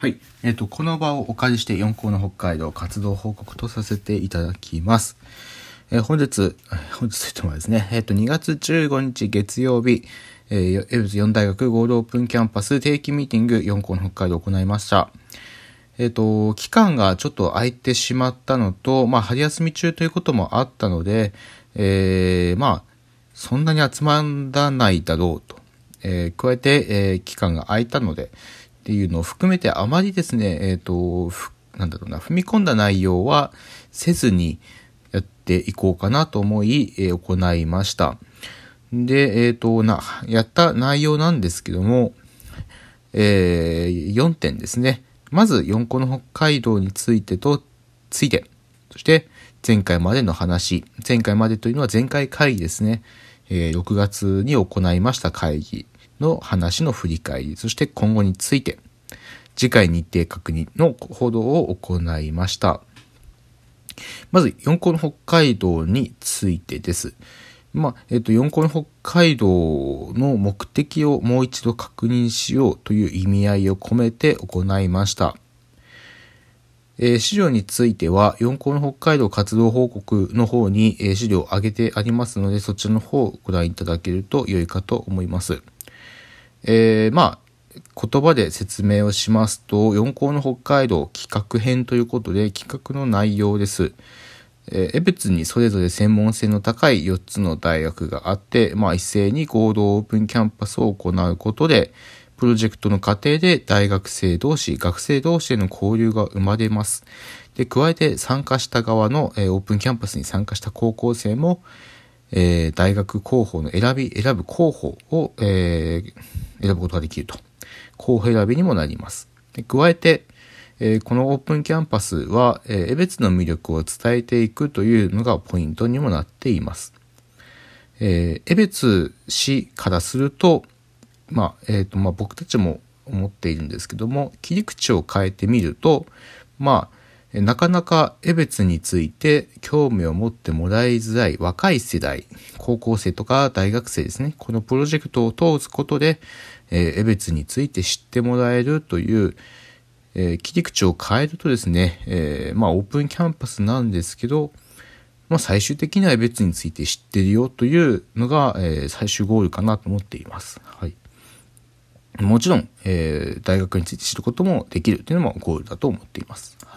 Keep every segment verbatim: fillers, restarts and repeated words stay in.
はい。えっと、この場をお借りして四校の北海道活動報告とさせていただきます。えー、本日、本日といってもですね、えっと、にがつじゅうごにち月曜日、えー、エブズよん大学合同オープンキャンパス定期ミーティング四校の北海道を行いました。えっと、期間がちょっと空いてしまったのと、まあ、春休み中ということもあったので、えー、まあ、そんなに集まらないだろうと。えー、加えて、えー、期間が空いたので、っていうのを含めてあまりですね、えっと、なんだろうな、踏み込んだ内容はせずにやっていこうかなと思い、えー、行いました。で、えっと、な、やった内容なんですけども、えー、よんてんですね。まず、四校の北海道についてと、ついて、そして前回までの話、前回までというのは前回会議ですね。えー、ろくがつに行いました会議の話の振り返り、そして今後について、次回日程確認の報道を行いました。まず、四校の北海道についてです。まあ、えっと、四校の北海道の目的をもう一度確認しようという意味合いを込めて行いました。えー、資料については、四校の北海道活動報告の方に、えー、資料を上げてありますので、そちらの方をご覧いただけると良いかと思います。えー、まあ、言葉で説明をしますと、四校の北海道企画編ということで、企画の内容です。えー、江別にそれぞれ専門性の高いよっつの大学があって、まあ、一斉に合同オープンキャンパスを行うことで、プロジェクトの過程で大学生同士、学生同士への交流が生まれます。で、加えて参加した側の、えー、オープンキャンパスに参加した高校生も、えー、大学候補の選び、選ぶ候補を、えー、選ぶことができると。候補選びにもなります。で、加えて、えー、このオープンキャンパスは、えー、江別の魅力を伝えていくというのがポイントにもなっています。えー、江別市からすると、まあ、えっと、まあ、僕たちも思っているんですけども、切り口を変えてみると、まあ、なかなか江別について興味を持ってもらいづらい若い世代、高校生とか大学生ですね。このプロジェクトを通すことで、えー、江別について知ってもらえるという、えー、切り口を変えるとですね、えー、まあオープンキャンパスなんですけど、まあ最終的には江別について知ってるよというのが、えー、最終ゴールかなと思っています。はい。もちろん、えー、大学について知ることもできるというのもゴールだと思っています。はい、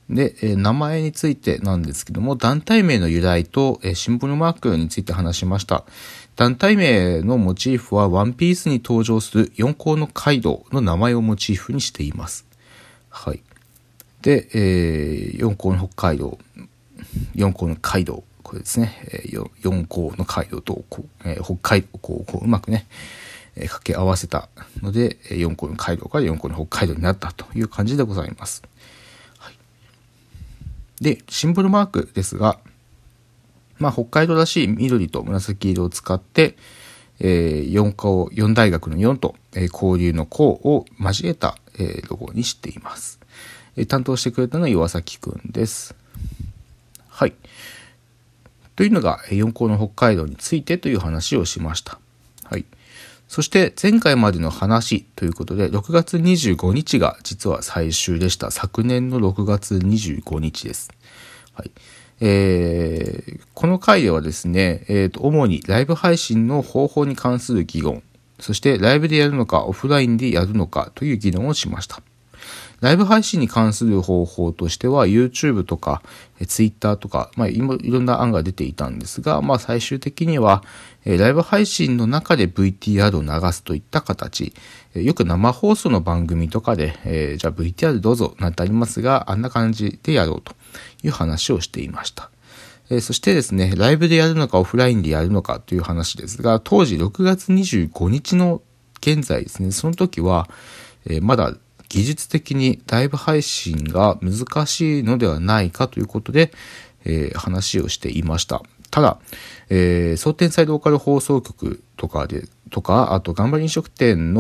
で、えー、名前についてなんですけども、団体名の由来と、えー、シンボルマークについて話しました。団体名のモチーフはワンピースに登場する四校の街道の名前をモチーフにしています。はい。で、えー、四校の北海道、四校の街道、これですね、えー、四校の街道と、えー、北海道をこう、こううまくね、掛け合わせたので、四校の街道から四校の北海道になったという感じでございます。はい、で、シンボルマークですが、まあ、北海道らしい緑と紫色を使って、えー、四校、四大学の四と、えー、交流の校を交えた、えー、ロゴにしています。えー、担当してくれたのは岩崎くんです。はい。というのが、四校の北海道についてという話をしました。はい。そして前回までの話ということで、ろくがつにじゅうごにちが実は最終でした。昨年のろくがつにじゅうごにちです。はい。えー、この回ではですね、えーと、主にライブ配信の方法に関する議論、そしてライブでやるのかオフラインでやるのかという議論をしました。ライブ配信に関する方法としては YouTube とか Twitter とか、まあ、いろんな案が出ていたんですが、まあ、最終的にはライブ配信の中で ブイティーアール を流すといった形、よく生放送の番組とかで、えー、じゃあ ブイティーアール どうぞなんてありますが、あんな感じでやろうという話をしていました。えー、そしてですね、ライブでやるのかオフラインでやるのかという話ですが、当時ろくがつにじゅうごにちの現在ですね、その時は、えー、まだ技術的にライブ配信が難しいのではないかということで、えー、話をしていました。ただ、えー、蒼天祭ローカル放送局とかで、とか、あと頑張り飲食店の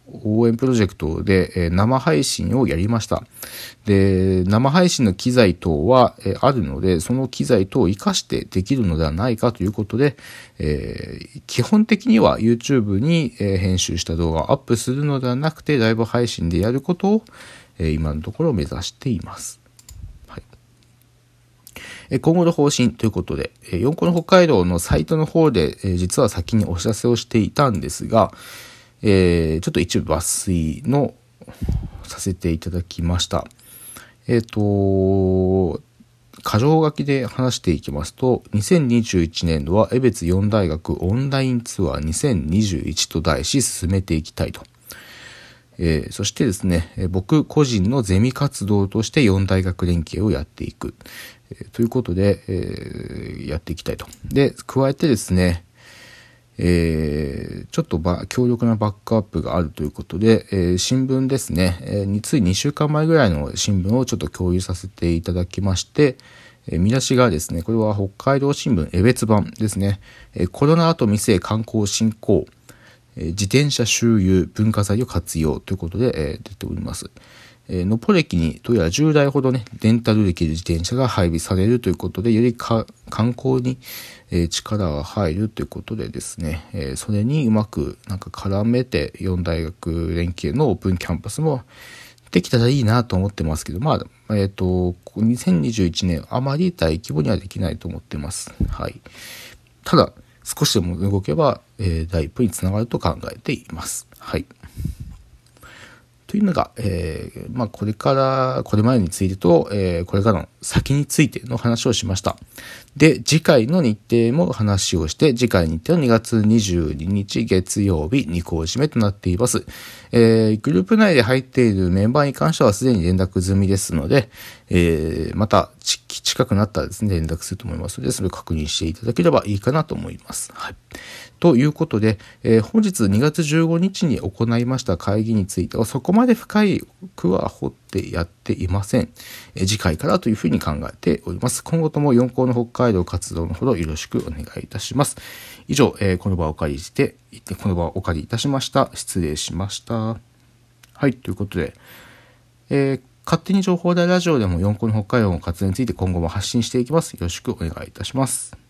応援プロジェクトで、えー、生配信をやりました。で、生配信の機材等は、えー、あるので、その機材等を活かしてできるのではないかということで、えー、基本的には YouTube に、えー、編集した動画をアップするのではなくて、ライブ配信でやることを、えー、今のところ目指しています。今後の方針ということで、よんこの北海道のサイトの方で、実は先にお知らせをしていたんですが、えー、ちょっと一部抜粋のさせていただきました。えっと、箇条書きで話していきますと、にせんにじゅういちねん度は江別よん大学オンラインツアーにせんにじゅういちと題し進めていきたいと。えー、そしてですね、僕個人のゼミ活動としてよん大学連携をやっていく。えー、ということで、えー、やっていきたいと。で、加えてですね、えー、ちょっとば強力なバックアップがあるということで、えー、新聞ですね、えー、ついにしゅうかんまえぐらいの新聞をちょっと共有させていただきまして、えー、見出しがですね、これは北海道新聞江別版ですね、えー、コロナ後見据え観光振興、えー、自転車周遊文化財を活用ということで、えー、出ております。えー、のっぽ歴にどうやらじゅうだいほどね、レンタルできる自転車が配備されるということで、よりか観光に、えー、力が入るということでですね、えー、それにうまくなんか絡めてよん大学連携のオープンキャンパスもできたらいいなと思ってますけど、まあ、えっと、にせんにじゅういちねんあまり大規模にはできないと思ってます。はい。ただ、少しでも動けば、えー、第一歩につながると考えています。はい。というのが、えー、まあ、これから、これまでについてと、えー、これからの先についての話をしました。で、次回の日程も話をして、次回日程はにがつにじゅうににち月曜日に講締めとなっています。えー、グループ内で入っているメンバーに関してはすでに連絡済みですので、えー、また近くなったらですね、連絡すると思いますので、それを確認していただければいいかなと思います。はい。ということで、えー、本日にがつじゅうごにちに行いました会議についてはそこまで深くは掘ってやっていません。えー、次回からというふうに考えております。今後ともよん校の北海道活動のほどよろしくお願いいたします。以上、えー、この場をお借りして、この場をお借りいたしました。失礼しました。はい、ということで、えー、勝手に情報大ラジオでもよん校の北海道の活動について今後も発信していきます。よろしくお願いいたします。